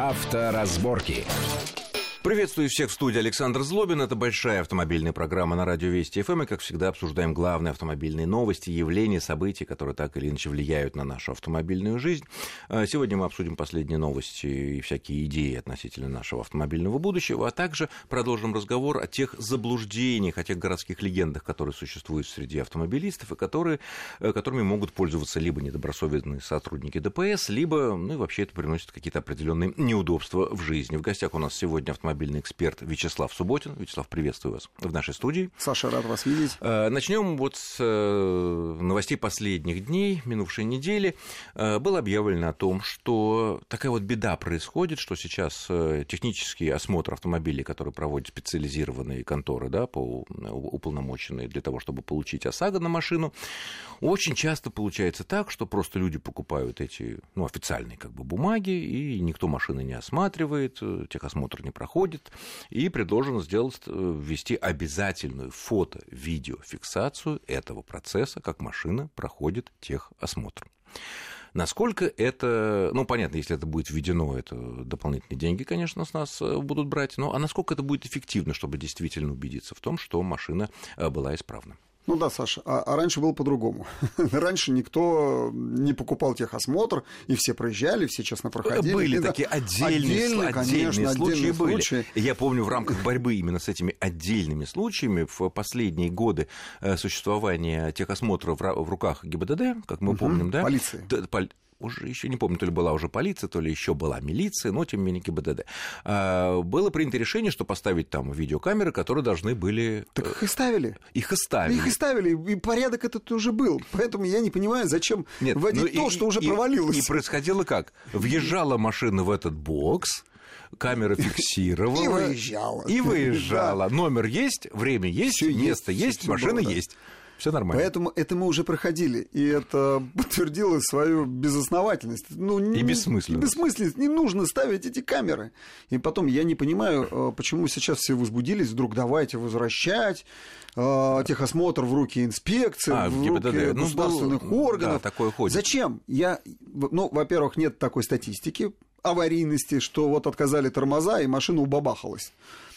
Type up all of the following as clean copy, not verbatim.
Авторазборки. Приветствую всех в студии. Александр Злобин. Это большая автомобильная программа на радио Вести ФМ. И, как всегда, обсуждаем главные автомобильные новости, явления, события, которые так или иначе влияют на нашу автомобильную жизнь. Сегодня мы обсудим последние новости и всякие идеи относительно нашего автомобильного будущего, а также продолжим разговор о тех заблуждениях, о тех городских легендах, которые существуют среди автомобилистов и которыми могут пользоваться либо недобросовестные сотрудники ДПС, либо, вообще это приносит какие-то определенные неудобства в жизни. В гостях у нас сегодня автомобильный эксперт Вячеслав Субботин. Вячеслав, приветствую вас в нашей студии. Саша, рад вас видеть. Начнем с новостей последних дней, минувшей недели. Было объявлено о том, что такая беда происходит, что сейчас технический осмотр автомобилей, который проводят специализированные конторы, уполномоченные для того, чтобы получить ОСАГО на машину, очень часто получается так, что просто люди покупают эти официальные бумаги, и никто машины не осматривает, техосмотр не проходит, и предложено ввести обязательную фото-видеофиксацию этого процесса, как машина проходит техосмотр. Насколько это, понятно, если это будет введено, это дополнительные деньги, конечно, с нас будут брать, а насколько это будет эффективно, чтобы действительно убедиться в том, что машина была исправна? Да, Саша, а раньше было по-другому. Раньше никто не покупал техосмотр, и все проезжали, все честно проходили. Были такие отдельные случаи были. Я помню, в рамках борьбы именно с этими отдельными случаями в последние годы существования техосмотра в руках ГИБДД, как мы помним, да? Полиции. Уже еще не помню, то ли была уже полиция, то ли еще была милиция, но тем не менее ГИБДД. Было принято решение, что поставить там видеокамеры, которые должны были... Так их и ставили. Их и ставили, и порядок этот уже был. Поэтому я не понимаю, зачем вводить то, что уже провалилось. И происходило как? Въезжала машина в этот бокс, камера фиксировала. И выезжала. Да. Номер есть, время есть, всё место есть, машина есть. Все нормально. Поэтому это мы уже проходили, и это подтвердило свою безосновательность. И бессмысленность. Бессмысленность. Не нужно ставить эти камеры. И потом я не понимаю, почему сейчас все возбудились, вдруг давайте возвращать техосмотр в руки инспекции, в руки государственных органов. Да, такое ходит. Зачем? Во-первых, нет такой статистики аварийности, что отказали тормоза, и машина убабахалась.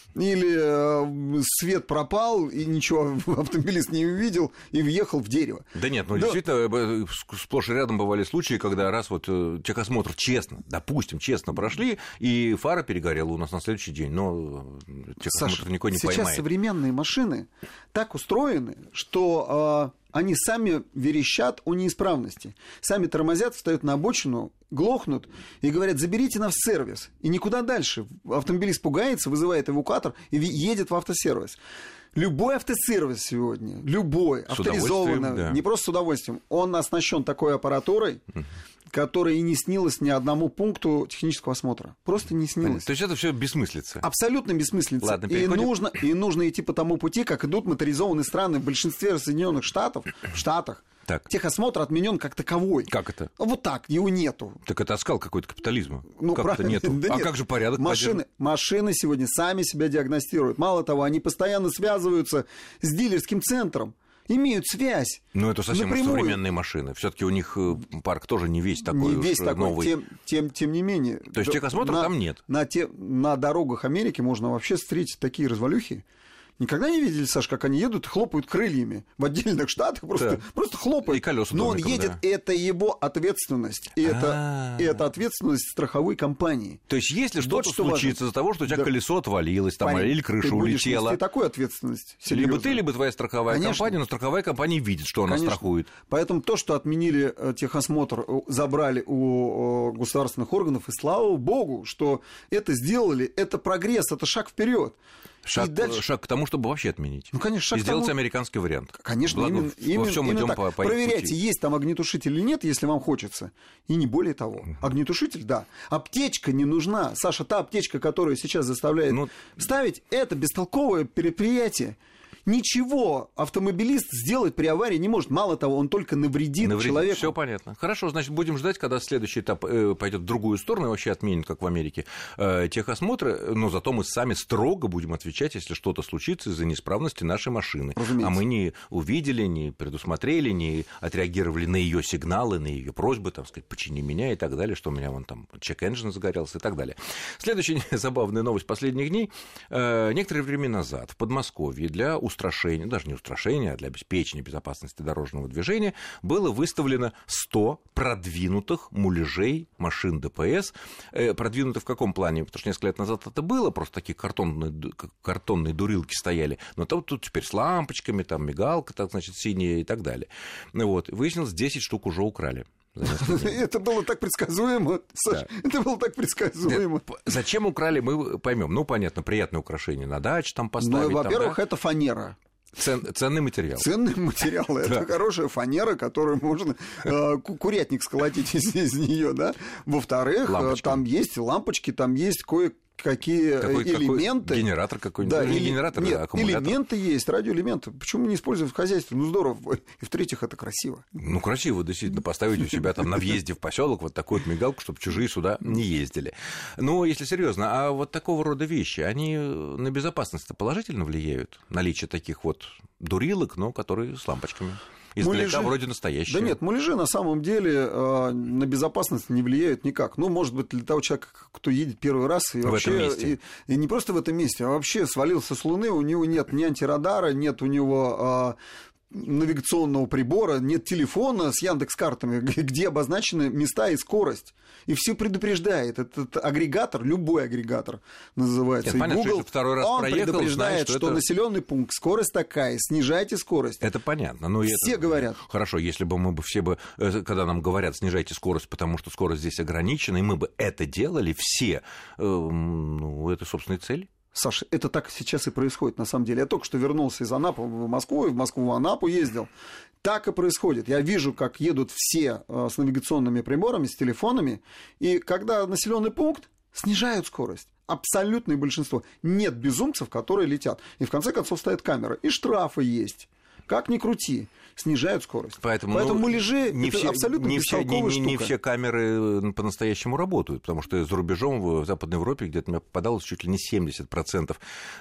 Или свет пропал, и ничего автомобилист не увидел, и въехал в дерево. Да нет, действительно, сплошь и рядом бывали случаи, когда раз техосмотр честно прошли, и фара перегорела у нас на следующий день, но техосмотр никакой не поймает. Сейчас современные машины так устроены, что... они сами верещат о неисправности. Сами тормозят, встают на обочину, глохнут и говорят: заберите нас в сервис. И никуда дальше. Автомобилист пугается, вызывает эвакуатор и едет в автосервис. Любой автосервис сегодня, авторизованный, да. Не просто с удовольствием, он оснащен такой аппаратурой, которая и не снилась ни одному пункту технического осмотра. Просто не снилась. То есть это все бессмыслица? Абсолютно бессмыслица. Ладно, и нужно идти по тому пути, как идут моторизованные страны в большинстве Соединенных Штатов, в Штатах. Так. Техосмотр отменен как таковой. Как это? Вот так, его нету. Так это оскал какой-то капитализма. Как это нету? Да как же порядок? Машины сегодня сами себя диагностируют. Мало того, они постоянно связываются с дилерским центром. Имеют связь. Но это совсем современные машины. Все-таки у них парк тоже не весь такой новый. Тем не менее. То есть техосмотра там нет. На дорогах Америки можно вообще встретить такие развалюхи. Никогда не видели, Саш, как они едут и хлопают крыльями в отдельных штатах, просто хлопают. И колеса но домиком, он едет, это его ответственность. И это ответственность страховой компании. То есть, если что-то случится из-за того, что у тебя колесо отвалилось, или крыша улетела. Ты такую ответственность. Либо ты, либо твоя страховая компания, но страховая компания видит, что она страхует. Поэтому то, что отменили техосмотр, забрали у государственных органов, и слава богу, что это сделали, это прогресс, это шаг вперед. Шаг к тому, чтобы вообще отменить. Конечно, шаг и сделать американский вариант. Конечно, во всем идем по проверяйте, есть там огнетушитель или нет, если вам хочется. И не более того. Огнетушитель, да. Аптечка не нужна. Саша, та аптечка, которую сейчас заставляет ставить, это бестолковое предприятие. Ничего автомобилист сделать при аварии не может. Мало того, он только навредит человеку. Все понятно. Хорошо, значит, будем ждать, когда следующий этап пойдет в другую сторону и вообще отменит, как в Америке, техосмотры, но зато мы сами строго будем отвечать, если что-то случится из-за неисправности нашей машины. Разумеется. А мы не увидели, не предусмотрели, не отреагировали на ее сигналы, на ее просьбы, там, сказать, почини меня и так далее, что у меня вон там чек-энджин загорелся и так далее. Следующая забавная новость последних дней. Некоторое время назад в Подмосковье для устрашения, даже не устрашения, а для обеспечения безопасности дорожного движения было выставлено 100 продвинутых муляжей машин ДПС. Продвинуты в каком плане? Потому что несколько лет назад это было, просто такие картонные дурилки стояли, но тут теперь с лампочками, там мигалка, так, значит, синяя и так далее. Вот. Выяснилось, 10 штук уже украли. Это было так предсказуемо, Саша, да. Это было так предсказуемо. Зачем украли, мы поймем. Ну, понятно, приятное украшение на даче там поставить. Ну, во-первых, да? Это фанера. Ценный материал. Ценный материал. Это хорошая фанера, которую можно курятник сколотить из нее, да. Во-вторых, там есть лампочки, там есть какие элементы. Генератор какой-нибудь. Да, не генератор, нет, а аккумулятор. Элементы есть, радиоэлементы. Почему не использовать в хозяйстве? Ну, здорово. И в-третьих, это красиво. Ну, красиво, действительно, поставить у себя там на въезде в поселок вот такую вот мигалку, чтобы чужие сюда не ездили. Но, если серьезно, а вот такого рода вещи, они на безопасность положительно влияют? Наличие таких вот дурилок, но которые с лампочками? Издалека вроде настоящие. Да нет, муляжи на самом деле на безопасность не влияют никак. Ну, может быть, для того человека, кто едет первый раз и вообще... И не просто в этом месте, а вообще свалился с Луны, у него нет ни антирадара, нет у него... навигационного прибора, нет телефона с Яндекс.Картами, где обозначены места и скорость. И все предупреждает. Этот агрегатор, любой агрегатор называется. Нет, понятно, Google, что второй раз он проехал, предупреждает, знаешь, что населенный пункт, скорость такая, снижайте скорость. Это понятно. Но все говорят. Хорошо, если бы мы все бы, когда нам говорят, снижайте скорость, потому что скорость здесь ограничена, и мы бы это делали все, ну, это, собственно, и цель. Саша, это так сейчас и происходит, на самом деле. Я только что вернулся из Анапы в Москву, и в Москву в Анапу ездил. Так и происходит. Я вижу, как едут все с навигационными приборами, с телефонами, и когда населенный пункт, снижают скорость. Абсолютное большинство. Нет безумцев, которые летят. И в конце концов стоят камеры. И штрафы есть. Как ни крути, снижают скорость. Поэтому муляжи — это абсолютно бестолковая штука. Не все камеры по-настоящему работают, потому что за рубежом, в Западной Европе, где-то мне попадалось чуть ли не 70%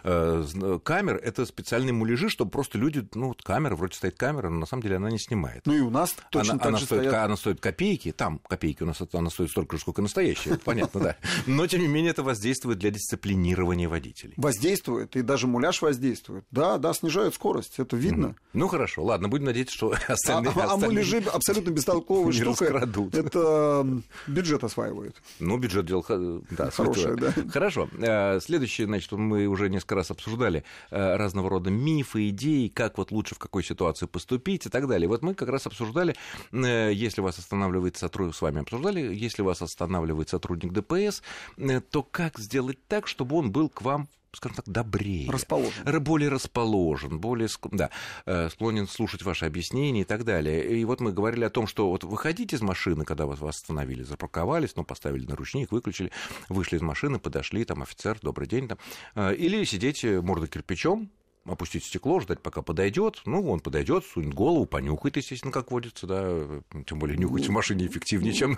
камер, это специальные муляжи, чтобы просто люди, ну, камера, вроде стоит камера, но на самом деле она не снимает. Ну и у нас точно так же стоят. Она стоит копейки, там копейки у нас, она стоит столько же, сколько настоящая, понятно, да. Но, тем не менее, это воздействует для дисциплинирования водителей. Воздействует, и даже муляж воздействует. Да, снижают скорость, это видно. Ну, хорошо, ладно, будем надеяться, что остальные... муляжи абсолютно бестолковая штука. Раскрадут. Это бюджет осваивает. Ну, бюджет делал, да, хорошее, да. Хорошо. Следующее, значит, мы уже несколько раз обсуждали разного рода мифы, идеи, как вот лучше в какой ситуации поступить и так далее. Вот мы как раз обсуждали, если вас останавливает сотрудник, с вами обсуждали, если вас останавливает сотрудник ДПС, то как сделать так, чтобы он был к вам, скажем так, добрее, более расположен, более склонен слушать ваши объяснения и так далее. И вот мы говорили о том, что вот выходите из машины, когда вас остановили, запарковались, поставили наручник, выключили, вышли из машины, подошли, там офицер, добрый день, там, или сидите мордой кирпичом, опустить стекло, ждать, пока подойдет. Ну, он подойдет, сунет голову, понюхает, естественно, как водится, да. Тем более нюхать в машине эффективнее, чем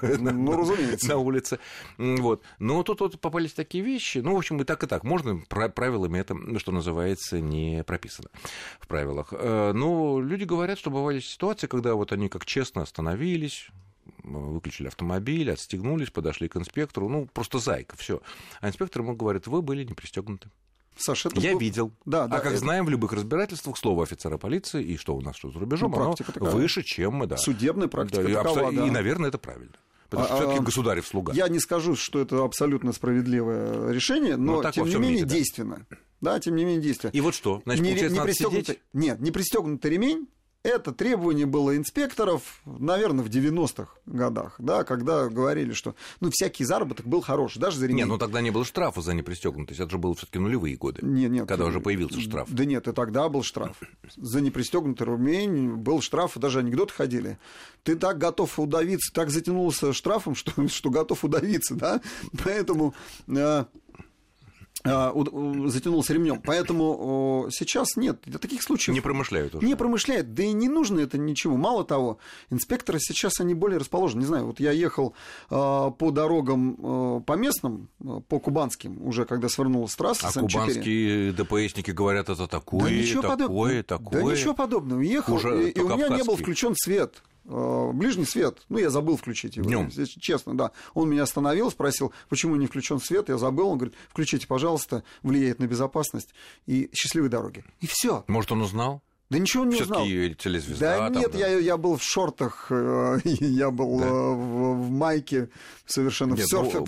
на улице. Вот. Но тут вот попались такие вещи. Ну, в общем, и так. Можно, правилами это, что называется, не прописано в правилах. Но люди говорят, что бывали ситуации, когда вот они как честно остановились, выключили автомобиль, отстегнулись, подошли к инспектору, ну, просто зайка, все. А инспектор ему говорит: вы были не пристегнуты. Саша, я видел. Да, как знаем, в любых разбирательствах слово офицера полиции, и что у нас, что за рубежом, оно выше, чем мы, да. Судебная практика такова, и, наверное, это правильно. Потому что все-таки государев слуга. Я не скажу, что это абсолютно справедливое решение, но тем не менее действенно. Да, тем не менее действенно. И вот что? Значит, получается, надо сидеть? Нет, не пристегнутый ремень. Это требование было инспекторов, наверное, в 90-х годах, да, когда говорили, что всякий заработок был хороший, даже за ремень. Нет, тогда не было штрафа за непристегнутость, это же было все-таки нулевые годы, когда уже появился штраф. Да нет, и тогда был штраф. За непристегнутый ремень был штраф, даже анекдоты ходили. Ты так готов удавиться, так затянулся штрафом, что готов удавиться, да, поэтому... затянулся ремнем. Поэтому сейчас нет, таких случаев... Не промышляют уже. Не промышляют, да и не нужно это ничего. Мало того, инспекторы сейчас, они более расположены. Не знаю, вот я ехал по дорогам по местным, по кубанским, уже когда свернул с трассы с М4. Кубанские ДПСники говорят, это такое, такое. Да ничего подобного. Ехал, и у меня не был включен свет. Ближний свет, я забыл включить его, Днём. честно, да. Он меня остановил, спросил, почему не включен свет, я забыл, он говорит, включите, пожалуйста, влияет на безопасность, и счастливой дороги. И все. Может, он узнал? Да ничего он не узнал. Всё-таки телезвезда. Да нет, я был в шортах, я был в майке, совершенно в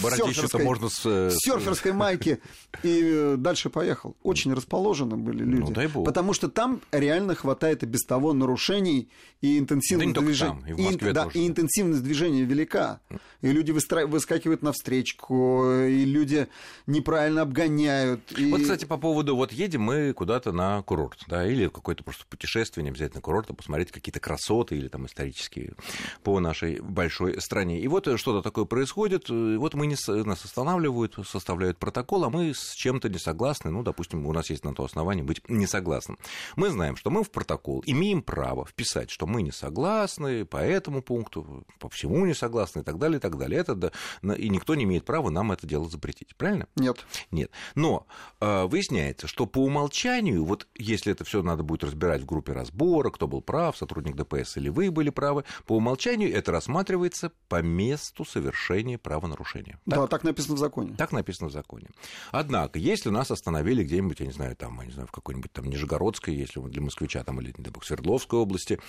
серферской майке, и дальше поехал. Очень расположены были люди. Дай бог. Потому что там реально хватает и без того нарушений, и интенсивность движения. И в Москве тоже. И интенсивность движения велика. И люди выскакивают навстречку, и люди неправильно обгоняют. Вот, кстати, по поводу, едем мы куда-то на курорт, да, или какой-то просто путешествие, не обязательно курорт, а посмотреть какие-то красоты или там исторические по нашей большой стране. И вот что-то такое происходит, вот нас останавливают, составляют протокол, а мы с чем-то не согласны, допустим, у нас есть на то основание быть не согласным. Мы знаем, что мы в протокол имеем право вписать, что мы не согласны по этому пункту, по всему не согласны и так далее, и так далее. И никто не имеет права нам это дело запретить, правильно? Нет. Но выясняется, что по умолчанию, если это все надо будет разбирать в группе разбора, кто был прав, сотрудник ДПС или вы были правы, по умолчанию это рассматривается по месту совершения правонарушения. Да, так написано в законе. Так написано в законе. Однако, если нас остановили где-нибудь, в какой-нибудь там Нижегородской, если для москвича, или, не дай бог, Свердловской области,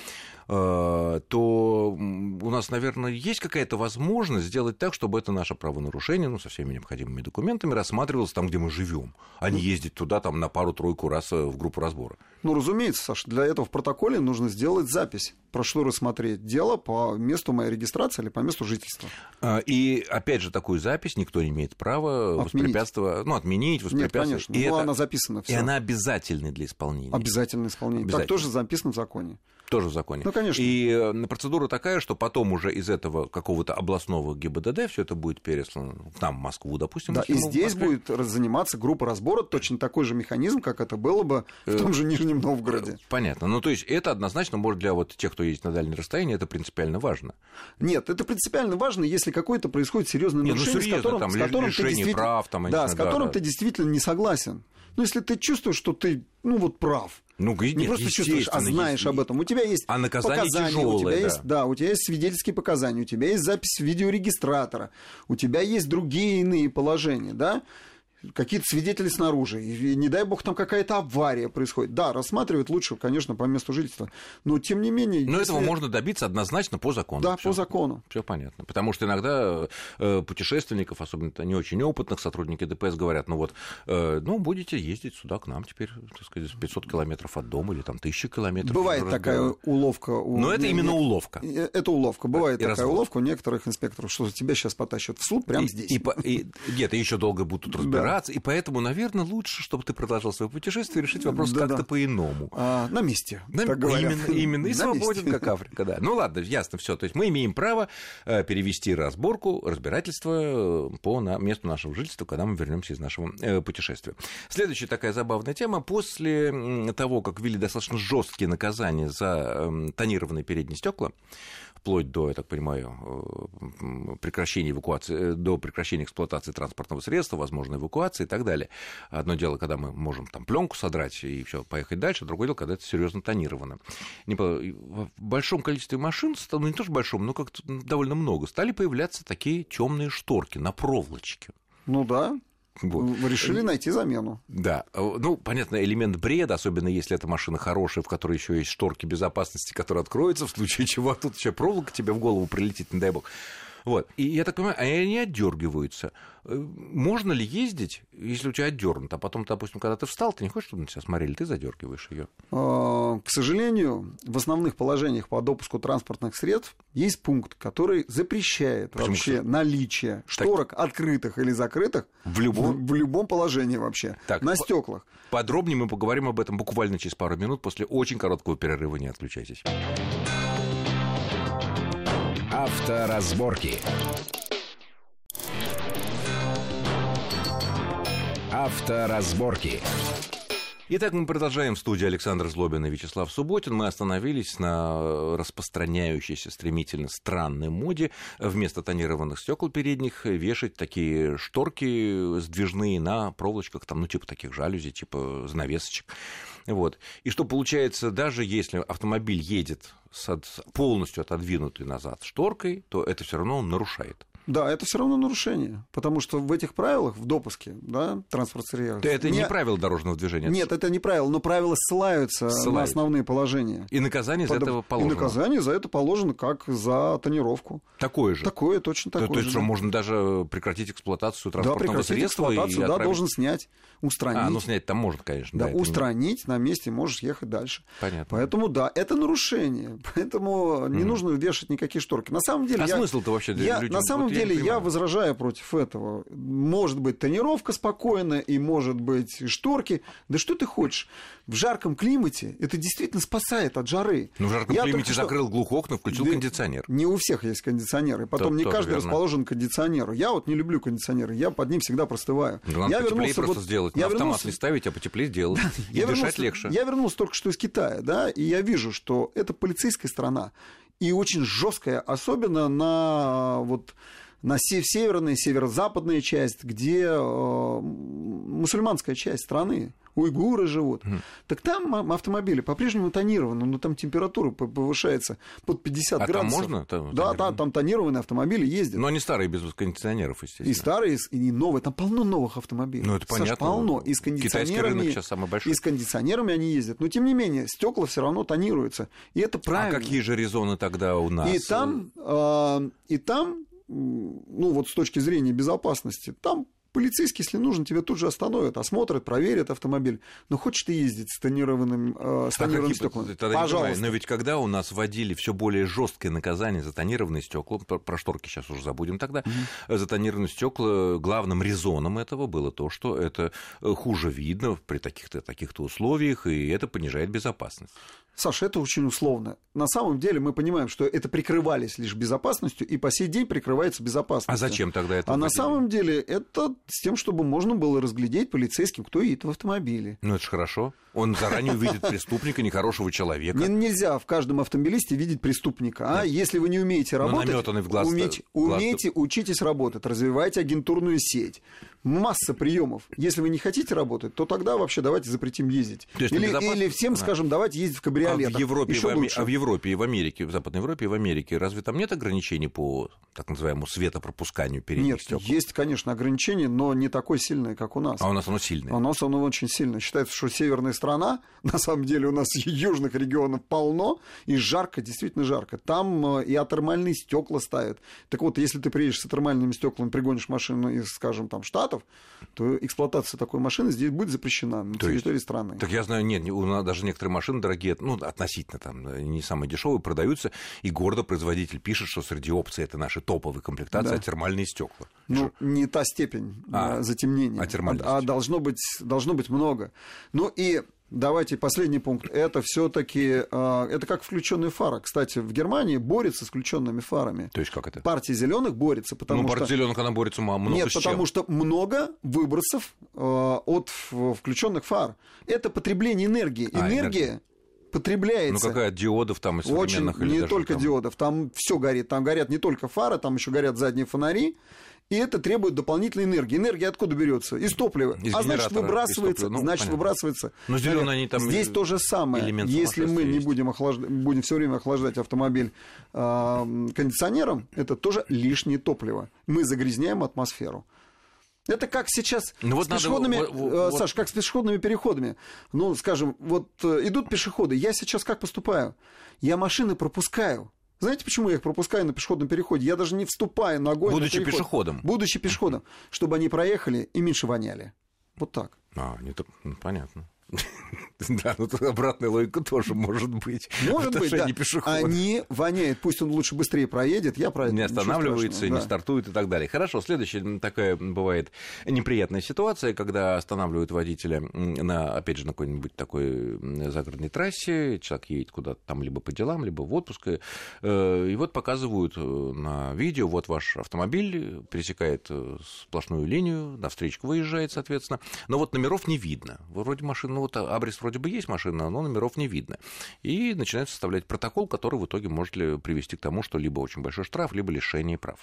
то у нас, наверное, есть какая-то возможность сделать так, чтобы это наше правонарушение, со всеми необходимыми документами, рассматривалось там, где мы живем, а не ездить туда на пару-тройку раз в группу разбора. Разумеется, Саш, для этого в протоколе нужно сделать запись. Прошу рассмотреть дело по месту моей регистрации или по месту жительства. И, опять же, такую запись никто не имеет права воспрепятствовать, отменить, воспрепятствовать. Нет, конечно, она записана всё. И она обязательна для исполнения. Обязательное исполнение. Так тоже записано в законе. Тоже в законе. Конечно. И процедура такая, что потом уже из этого какого-то областного ГИБДД все это будет переслано к нам, в Москву, допустим. Да, и здесь будет заниматься группа разбора, точно такой же механизм, как это было бы в том же Нижнем Новгороде. Понятно. То есть это однозначно может для тех, кто едет на дальние расстояния, это принципиально важно. Нет, это принципиально важно, если какое-то происходит серьезное нарушение, с которым ты действительно не согласен. Если ты чувствуешь, что ты, прав. Не просто чувствуешь, а знаешь об этом. У тебя есть показания, у тебя есть свидетельские показания, у тебя есть запись видеорегистратора, у тебя есть другие иные положения, да? Какие-то свидетели снаружи, и не дай бог там какая-то авария происходит. Да, рассматривать лучше, конечно, по месту жительства, но тем не менее... Но этого можно добиться однозначно по закону. Да, по закону. Все понятно. Потому что иногда путешественников, особенно не очень опытных, сотрудники ДПС говорят, будете ездить сюда к нам теперь, 500 километров от дома или 1000 километров. Бывает такая уловка. Но это именно уловка. Это уловка. Бывает такая уловка у некоторых инспекторов, что тебя сейчас потащат в суд прямо здесь. И где-то еще долго будут тут разбираться. И поэтому, наверное, лучше, чтобы ты продолжал свое путешествие и решить вопрос как-то по-иному. На месте. Именно. И свободен, как Африка, да. Ладно, ясно, все. То есть мы имеем право перевести разбирательство по месту нашего жительства, когда мы вернемся из нашего путешествия. Следующая такая забавная тема. После того, как ввели достаточно жесткие наказания за тонированные передние стекла, вплоть до, я так понимаю, прекращения эвакуации, до прекращения эксплуатации транспортного средства, возможной эвакуации и так далее. Одно дело, когда мы можем пленку содрать и все, поехать дальше, другое дело, когда это серьезно тонировано. В большом количестве машин, не то что большом, но как-то довольно много, стали появляться такие темные шторки на проволочке. Да. Вы решили найти замену. Да. Понятно, элемент бреда, особенно если эта машина хорошая, в которой еще есть шторки безопасности, которые откроются, в случае чего тут еще проволока тебе в голову прилетит, не дай бог. И я так понимаю, они отдергиваются. Можно ли ездить, если у тебя отдернуто, а потом, допустим, когда ты встал, ты не хочешь, чтобы на тебя смотрели, ты задергиваешь ее? К сожалению, в основных положениях по допуску транспортных средств есть пункт, который запрещает вообще наличие шторок открытых или закрытых в любом положении вообще, на стеклах. Подробнее мы поговорим об этом буквально через пару минут после очень короткого перерыва. Не отключайтесь. Авторазборки. Авторазборки. Итак, мы продолжаем. В студии Александр Злобин и Вячеслав Субботин. Мы остановились на распространяющейся стремительно странной моде вместо тонированных стекол передних вешать такие шторки сдвижные на проволочках, там, ну, типа таких жалюзи, типа занавесочек. Вот. И что получается, даже если автомобиль едет с полностью отодвинутой назад шторкой, то это все равно он нарушает. Да, это все равно нарушение, потому что в этих правилах, в допуске, да, транспортных... Это не правила дорожного движения? Нет, это не правила, но правила ссылаются на основные положения. И наказание за это положено? И наказание за это положено, как за тонировку. Такое же? Такое, точно такое же. То есть, что можно даже прекратить эксплуатацию транспортного средства? Да, прекратить эксплуатацию, должен снять, устранить. Ну снять там можно, конечно. Да, устранить, на месте можешь ехать дальше. Понятно. Поэтому, да, это нарушение, поэтому не нужно вешать никакие шторки. На самом деле... смысл-то вообще для людей? На самом деле, я возражаю против этого. Может быть тонировка спокойная, и может быть шторки. Да что ты хочешь? В жарком климате это действительно спасает от жары. Ну, в жарком климате закрыл глухо окна, включил кондиционер. Не у всех есть кондиционеры. Потом не каждый расположен к кондиционеру. Я вот не люблю кондиционеры, я под ним всегда простываю. Главное, потеплее просто сделать. На автомат не ставить, а потеплее сделать. И дышать легче. Я вернулся только что из Китая, да, и я вижу, что это полицейская страна. И очень жесткая, особенно на северной, северо-западная часть, где мусульманская часть страны, уйгуры живут. Так там автомобили по-прежнему тонированы, но там температура повышается под 50 градусов. Там можно? Да, там тонированные автомобили ездят. Но они старые, без кондиционеров, естественно. И старые, и новые. Там полно новых автомобилей. Ну, это понятно. Саш, полно. И с кондиционерами, китайский рынок сейчас самый большой. И с кондиционерами они ездят. Но, тем не менее, стекла все равно тонируются. И это правильно. А какие же резоны тогда у нас? И там, ну вот с точки зрения безопасности, там полицейский, если нужно, тебя тут же остановят, осмотрят, проверят автомобиль. Но хочешь ты ездить с тонированным стеклом? Пожалуйста. Но ведь когда у нас вводили все более жесткое наказание за тонированные стекла, про шторки сейчас уже забудем тогда, за тонированные стекла главным резоном этого было то, что это хуже видно при таких-то условиях, и это понижает безопасность. Саша, это очень условно. На самом деле мы понимаем, что это прикрывались лишь безопасностью, и по сей день прикрывается безопасностью. А зачем тогда это? А на самом деле это с тем, чтобы можно было разглядеть полицейским, кто едет в автомобиле. Ну, это же хорошо. Он заранее увидит преступника, нехорошего человека. Нельзя в каждом автомобилисте видеть преступника. Если вы не умеете работать, учитесь работать, развивайте агентурную сеть. Масса приемов. Если вы не хотите работать, то тогда вообще давайте запретим ездить. Или всем скажем, давайте ездить в кабриолетах. А в Европе и в Америке, в Западной Европе и в Америке разве там нет ограничений по так называемому светопропусканию передних стекол? Нет, есть, конечно, ограничения, но не такое сильное, как у нас. А у нас оно сильное? У нас оно очень сильное. Считается, что северная страна, на самом деле у нас южных регионов полно, и жарко, действительно жарко. Там и атермальные стекла ставят. Так вот, если ты приедешь с атермальными стеклами, пригонишь машину из, скажем, там, Штатов, то эксплуатация такой машины здесь будет запрещена на территории страны. Так я знаю, нет, у нас даже некоторые машины дорогие, ну, относительно там, не самые дешевые, продаются, и гордо производитель пишет, что среди опций это наши топовые комплектации, термальные стекла. Ну, не та степень затемнения, а должно быть много. Ну и давайте последний пункт. Это все-таки это как включенная фара. Кстати, в Германии борется с включенными фарами. То есть как это? Партия зеленых борется, потому что... партия зеленых она борется много Нет, потому что много выбросов от включенных фар. Это потребление энергии. Энергия потребляется. Ну какая, диодов там и современных? Очень, не только диодов, там все горит. Там горят не только фары, там еще горят задние фонари. И это требует дополнительной энергии. Энергия откуда берется? Из топлива. Значит, выбрасывается. Выбрасывается. Но зеленые они там. Здесь то же самое. Если мы не будем все время охлаждать автомобиль кондиционером, это тоже лишнее топливо. Мы загрязняем атмосферу. Это как сейчас с пешеходными, Саш, как с пешеходными переходами. Ну, скажем, вот идут пешеходы. Я сейчас как поступаю? Я машины пропускаю. Знаете, почему я их пропускаю на пешеходном переходе? Я даже не вступаю ногой Будучи на переход. пешеходом. Будучи пешеходом. Чтобы они проехали и меньше воняли. Вот так. Понятно. Да, ну тут обратная логика тоже может быть. Может быть, да. Пешехода. Они воняют, пусть он лучше быстрее проедет, я про это не останавливается, не да. стартует и так далее. Хорошо, следующая такая бывает неприятная ситуация, когда останавливают водителя на, опять же, на какой-нибудь такой загородной трассе, человек едет куда-то там либо по делам, либо в отпуск, и вот показывают на видео, вот ваш автомобиль пересекает сплошную линию, на встречку выезжает, соответственно, но вот номеров не видно. Вроде машина, ну вот абрис вроде бы есть машина, но номеров не видно. И начинают составлять протокол, который в итоге может привести к тому, что либо очень большой штраф, либо лишение прав.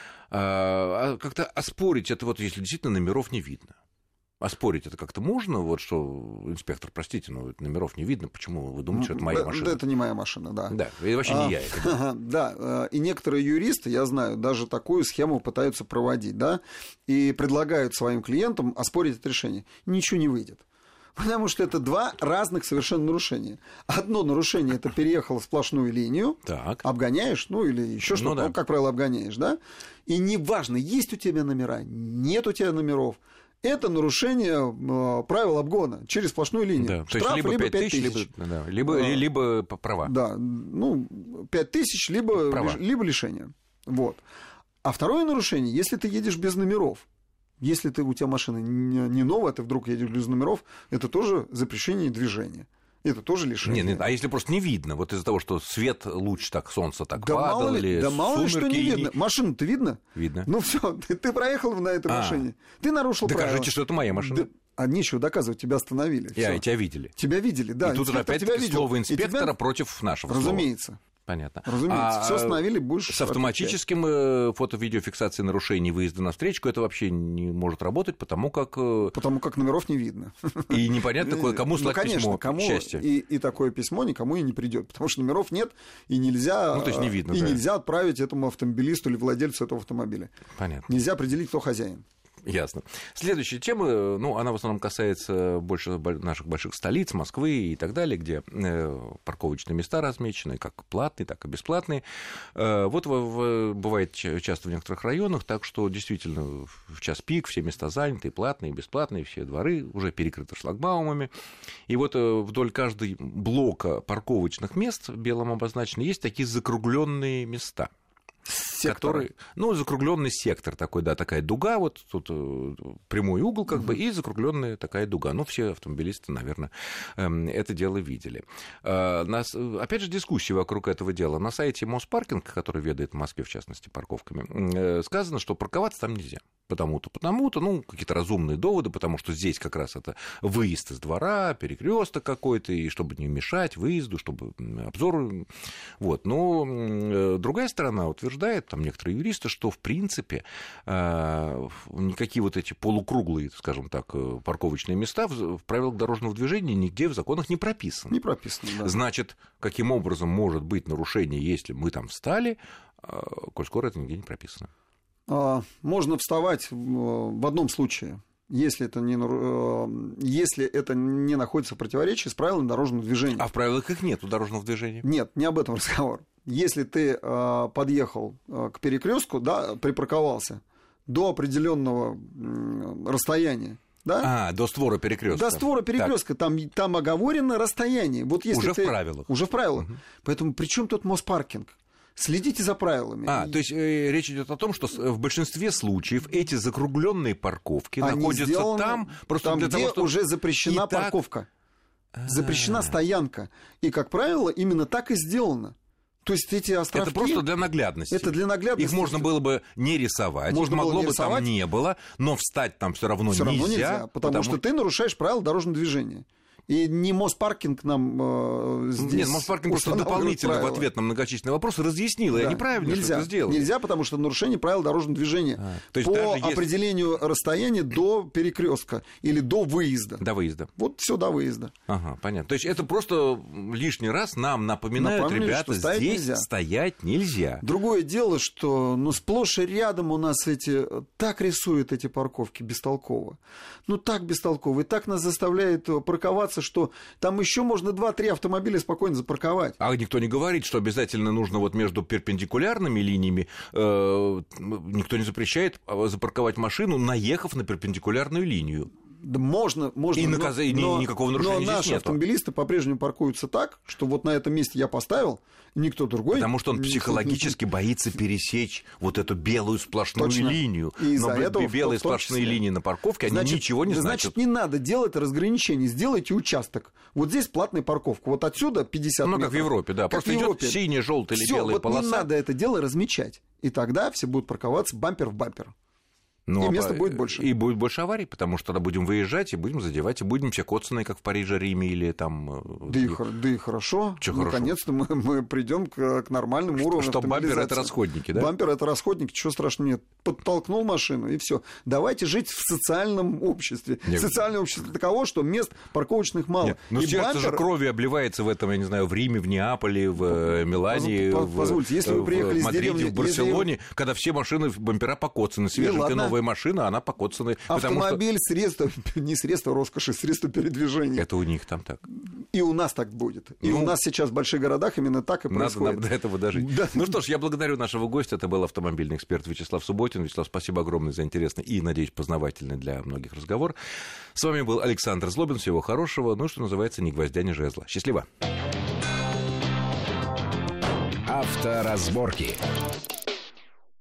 Как-то оспорить это, вот если действительно номеров не видно. Оспорить это как-то можно? Вот что, инспектор, простите, но номеров не видно. Почему вы думаете, что это моя машина? Это не моя машина, да. Да, и вообще не я это. Да, и некоторые юристы, я знаю, даже такую схему пытаются проводить, да, и предлагают своим клиентам оспорить это решение. Ничего не выйдет. Потому что это два разных совершенно нарушения. Одно нарушение – это переехал сплошную линию, так. Обгоняешь, ну или еще что-то, ну, как правило, обгоняешь, да, и неважно, есть у тебя номера, нет у тебя номеров, это нарушение правил обгона через сплошную линию. Да. Штраф, то есть либо 5 тысяч, либо права. Да, ну, 5 тысяч, либо лишение. Вот. А второе нарушение, если ты едешь без номеров. Если у тебя машина не новая, ты вдруг едешь без номеров, это тоже запрещение движения. Это тоже лишение. Нет, а если просто не видно, вот из-за того, что свет, луч так, солнце так падал, или мало ли что не видно. Машину-то видно? Видно. Ну все, ты проехал на этой машине, ты нарушил правила. Докажите, что это моя машина. А нечего доказывать, тебя остановили. И тебя видели. Тебя видели, да. И тут опять-таки слово инспектора против нашего слова. Разумеется. Понятно. Разумеется, все остановили, будешь... С автоматическим фото-видеофиксацией нарушений выезда на встречку это вообще не может работать, потому как номеров не видно. И непонятно, кому слать письмо, к счастью. И такое письмо никому и не придет, потому что номеров нет, и нельзя... Ну, то есть не видно, и нельзя отправить этому автомобилисту или владельцу этого автомобиля. Понятно. Нельзя определить, кто хозяин. Ясно. Следующая тема, ну, она в основном касается больше наших больших столиц, Москвы и так далее, где парковочные места размечены, как платные, так и бесплатные. Вот бывает часто в некоторых районах, так что действительно в час пик все места заняты, и платные, и бесплатные, все дворы уже перекрыты шлагбаумами. И вот вдоль каждого блока парковочных мест белым обозначены есть такие закругленные места. Который, ну, закругленный сектор такой, да, такая дуга, вот тут прямой угол, как бы, и закругленная такая дуга. Ну, все автомобилисты, наверное, это дело видели. Опять же, дискуссии вокруг этого дела. На сайте Моспаркинг, который ведает в Москве, в частности, парковками, сказано, что парковаться там нельзя. Потому-то, ну, какие-то разумные доводы, потому что здесь как раз это выезд из двора, перекресток какой-то, и чтобы не мешать выезду, чтобы обзор. Вот. Но другая сторона утверждает, там некоторые юристы, что, в принципе, никакие вот эти полукруглые, скажем так, парковочные места в правилах дорожного движения нигде в законах не прописаны. Не прописано, да. Значит, каким образом может быть нарушение, если мы там встали, коль скоро это нигде не прописано? Можно вставать в одном случае, если это не находится в противоречии с правилами дорожного движения. А в правилах их нет у дорожного движения? Нет, не об этом разговор. Если ты подъехал к перекрестку, да, припарковался до определенного расстояния, да? До створа перекрестка. До створа перекрестка, там оговорено расстояние. Вот если уже в правилах. Уже в правилах. Угу. Поэтому при чем тут Моспаркинг? Следите за правилами. То есть речь идет о том, что в большинстве случаев эти закругленные парковки находятся там, просто там, для где того, чтобы... уже запрещена парковка, запрещена стоянка. И, как правило, именно так и сделано. То есть эти островки... Это просто для наглядности. Это для наглядности. Их можно было бы не рисовать, их могло бы там не было, но встать там все равно нельзя. Потому что ты нарушаешь правила дорожного движения. И не Моспаркинг нам здесь... Нет, Моспаркинг просто дополнительно правила. В ответ на многочисленные вопросы разъяснил. Да. Я неправильно что-то сделал. Нельзя, потому что нарушение правил дорожного движения то есть по определению расстояния до перекрестка или до выезда. До выезда. Вот все до выезда. Ага, понятно. То есть это просто лишний раз нам напоминают, ребята, здесь стоять нельзя. Другое дело, что сплошь и рядом у нас так рисуют эти парковки бестолково. Так бестолково. И так нас заставляет парковаться, что там еще можно 2-3 автомобиля спокойно запарковать. А никто не говорит, что обязательно нужно вот между перпендикулярными линиями, никто не запрещает запарковать машину, наехав на перпендикулярную линию. Да можно, И никакого нарушения здесь наши нету. автомобилисты по-прежнему паркуются так, что вот на этом месте я поставил, никто другой... Потому что он психологически боится пересечь вот эту белую сплошную линию. И из-за Но этого белые сплошные линии на парковке, они ничего не значат. Значит, не надо делать разграничение, сделайте участок. Вот здесь платная парковка, вот отсюда 50 метров. Как в Европе, да. Просто идет синяя, желтая или белая полоса. Не надо это дело размечать. И тогда все будут парковаться бампер в бампер. И места будет больше. И будет больше аварий, потому что тогда будем выезжать и будем задевать, и будем все коцаные, как в Париже, Риме или там... Да и хорошо. Наконец-то мы придем к нормальному уровню Что бампер — это расходники, да? Бампер — это расходники, чего страшного нет. Подтолкнул машину, и все. Давайте жить в социальном обществе. Социальное общество таково, что мест парковочных мало. Но сердце же кровью обливается в этом, я не знаю, в Риме, в Неаполе, в Милане, позвольте, если вы приехали в Мадриде, из деревни, в Барселоне, когда все машины, бампера покоцаны, свеженькая новая машина, она покоцанная. Автомобиль — средство, не средство роскоши, средство передвижения. Это у них там так. И у нас так будет. И у нас сейчас в больших городах именно так и происходит. Надо до этого дожить. Да. Ну что ж, я благодарю нашего гостя. Это был автомобильный эксперт Вячеслав Субботин. Вячеслав, спасибо огромное за интересный и, надеюсь, познавательный для многих разговор. С вами был Александр Злобин. Всего хорошего. Ну, что называется, ни гвоздя, ни жезла. Счастливо. Авторазборки.